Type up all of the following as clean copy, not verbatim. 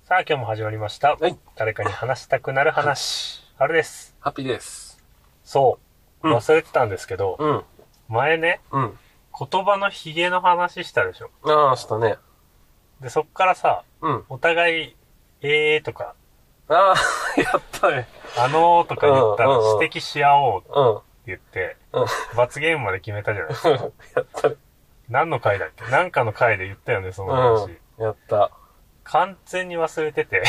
さあ今日も始まりました。 はい。 誰かに話したくなる話。春です。 ハッピーです。 そう。 うん忘れてたんですけど、 うん。 前ね、 うん。 言葉のヒゲの話したでしょ。 ああ、したね。 で、そっからさ、 うん。 お互い、とか、 ああ、やったね。 とか言ったらうんうんうん指摘し合おうってうん。 言って、 うん。 罰ゲームまで決めたじゃないですか。 やったね。 何の回だっけ？なんかの回で言ったよね、その話。 うん。やった。 完全に忘れてて。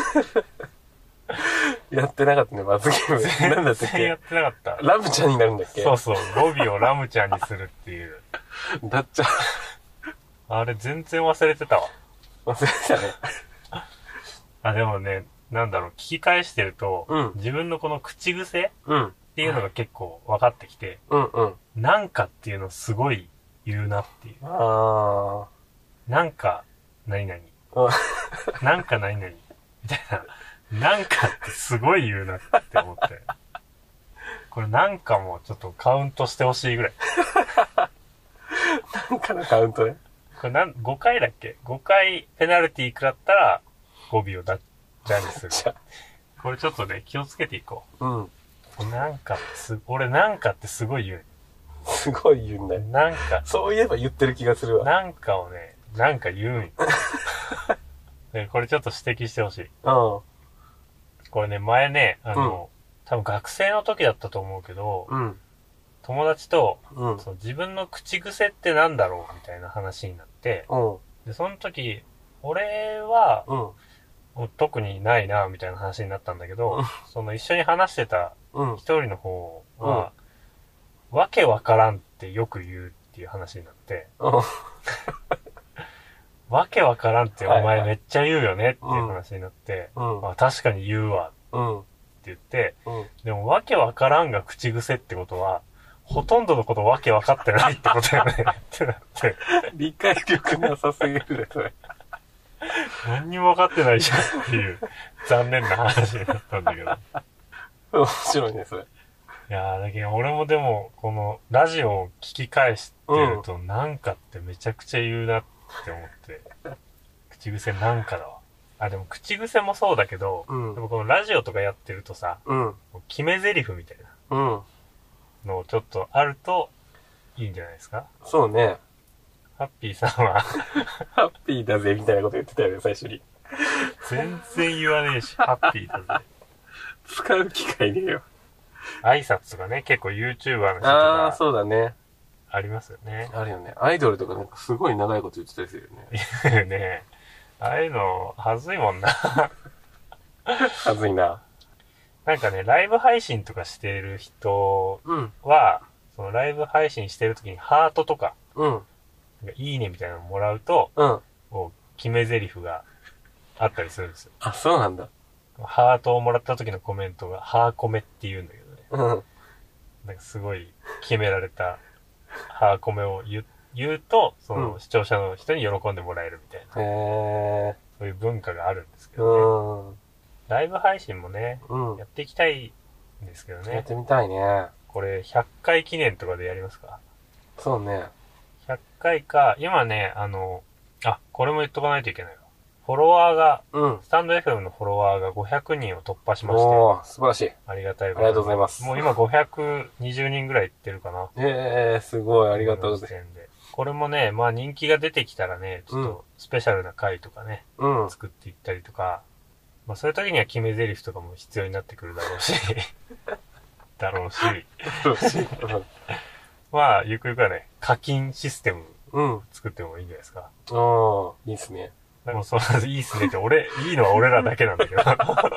やってなかったね、罰ゲーム。なんだったっ全然やっけ？ てなかった。 ラムちゃんになるんだっけ？ そうそう、語尾をラムちゃんにするっていう。 だっちゃ。 あれ全然忘れてたわ。 忘れてたね。 あ、でもね、なんだろう、聞き返してると、 うん自分のこの口癖っうん。 ていうのが結構分かってきて、 うんうん。 なんかっていうのすごい言うなっていう。 あなんか、何々。 あ。 なんか何々。みたいな。なんかってすごい言うなって思って。これなんかもちょっとカウントしてほしいぐらい。 なんかのカウントね。 これ5回だっけ？ 5 回ペナルティー食らったら語尾をじゃにする。 じゃこれちょっとね、気をつけていこうん。 う。俺なんかってすごい言う。 すごい言うんだよ。 なんか、 そういえば言ってる気がするわ。 なんかをね、なんか言うんよ。でこれちょっと指摘してほしい。 うん。 これね、前ね、多分学生の時だったと思うけど、 うん。 友達と、 うん。 自分の口癖ってなんだろうみたいな話になって、 うん。 で、その時、俺は、 うん。 特にないな、みたいな話になったんだけどうん、 その一緒に話してたうん。 一人の方は、わけわからんってよく言うっていう話になって、 うん。 わけわからんっておはいはい前めっちゃ言うよねっていう話になって、 うん。 あ、確かに言うわうん。 って言って、 うん。 でもわけわからんが口癖ってことは、ほとんどのことわけわかってないってことよねってなって、 理解力なさすぎるね、それ。 何にもわかってないじゃんっていう残念な話になったんだけど。 面白いね、それ。 いやー、だけど俺もでも、このラジオを聞き返してると、なんかってめちゃくちゃ言うなって思って、口癖なんかだわ。あ、でも口癖もそうだけど、 うんでもこのラジオとかやってるとさ、 うん。 決め台詞みたいなうん。 のをちょっとあるといいんじゃないですか？ そうね。 ハッピーさんはハッピーだぜ、みたいなこと言ってたよね、最初に。 全然言わねえし、ハッピーだぜ。 使う機会ねえよ。 挨拶とかね、結構 YouTuber の人とああ、 かそうだね。 ありますよね。 あるよね。アイドルとかなんかすごい長いこと言ってたりするよね。 ねえ。ああいうの、はずいもんな。 はずいな。 なんかね、ライブ配信とかしてる人うん。 は、そのライブ配信してる時にハートとか、 うん。 なんかいいねみたいなのもらうと、 うん。 こう、決め台詞があったりするんですよ。 あ、そうなんだ。 ハートをもらった時のコメントが、ハーコメって言うんだけどね。 うん。 なんかすごい決められたハーコメを言うと、その視聴者の人に喜んでもらえるみたいな、 へえ。 そういう文化があるんですけうどね。 ん。 ライブ配信もね、 うんや。っていきたいんですけどやっね。 てみたいね。 これ100回記念とかでやりますか？ そうね。 100回か、今ね、これも言っとかないといけないわ。フォロワーが、 うん。 スタンド FM のフォロワーが500人を突破しまして、 おー、素晴らしい。 ありがたいことにありがとうございますもう今520人ぐらいいってるかな。 すごい、ありがとうございこの時点でこれもね、まあ人気が出てきたらね、ちょっとスペシャルな回とかね、 ます。 作っていったりとか、まあそういう時には決め台詞とかも必要になってくるだろうし、 うん。 まあゆくゆくはね、課金システムうん。 作ってもいいんじゃないですか。 ああ、いいっすね。 でもいいっすねって、いいのは俺らだけなんだけど。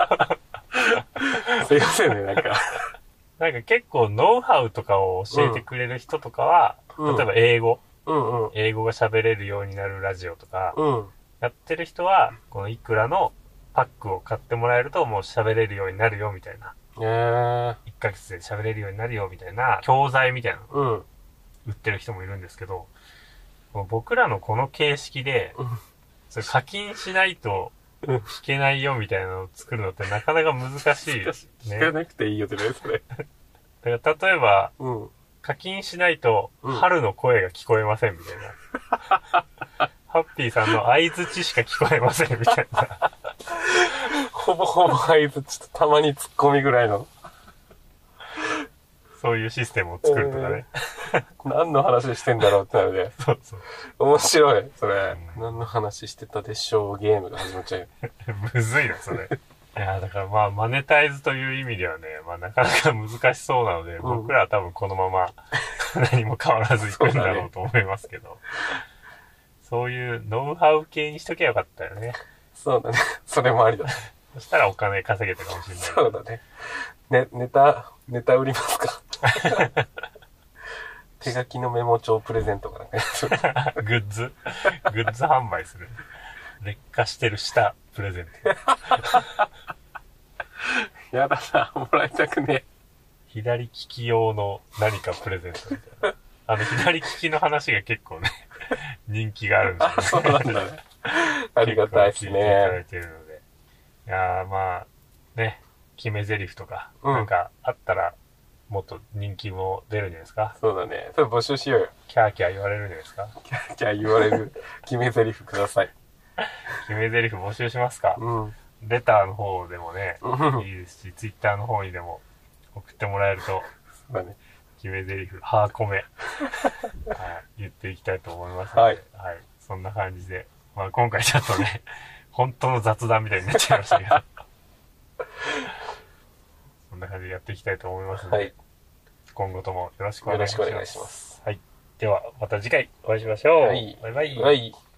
すいませんね、なんか。 なんか結構ノウハウとかを教えてくれる人とかは、 うん例えば英語うんうん。 が喋れるようになるラジオとか、 うん。 やってる人は、このいくらのパックを買ってもらえるともう喋れるようになるよみたいな。1ヶ月で喋れるようになるよみたいな教材みたいなのうん。 売ってる人もいるんですけど、もう僕らのこの形式で、 うんそれ課金しないとうん弾けないよみたいなのを作るのってなかなか難しいですね。 聞かなくていいよってね、それ。 だから例えば、 うん。 課金しないとうん春の声が聞こえませんみたいな。ハッピーさんの相槌しか聞こえませんみたいな。 ほぼほぼ相づちとたまにツッコミぐらいの。 そういうシステムを作るとかね。 何の話してんだろうってなるで。 そうそう。 面白い、それ。 うん何の話してたでしょうゲームが始まっちゃう。 むずいな、それ。いや、だからまあ、マネタイズという意味ではね、まあなかなか難しそうなので、僕らは多分このまま何も変わらずいくんだろうと思いますけど。そういうノウハウ系にしときゃよかったよね。 そうだね。それもありだね。 そしたらお金稼げたかもしれない。 そうだね。ネタ売りますか。手書きのメモ帳プレゼントかなんか。 グッズ販売する。劣化してる下プレゼント。 やだな、もらいたくね左利き用の何かプレゼントみたいな。左利きの話が結構ね、人気があるんですよね。 え。そうなんだね。ありがたいです結構聞いていただね。 いてるので。いやーまあ、ね、決め台詞とか、 うんなんかあったら、もっと人気も出るんじゃないですか。 そうだね。それ募集しようよ。 キャーキャー言われるんじゃないですか。 キャーキャー言われる決め台詞ください。 決め台詞募集しますか。 うん。 レターの方でもね、 うんいいですし、ツイッターの方にでも送ってもらえると、 そうだね。 決め台詞、ハーコメ、はい、言っていきたいと思いますので、 はいはい。そんな感じで、まあ今回ちょっとね、本当の雑談みたいになっちゃいましたけど、そんな感じでやっていきたいと思いますので、 はい。 今後ともよろしくお願いします。 よろしくお願いします。 はい。では、また次回お会いしましょう。 はいバイバイ。 はい。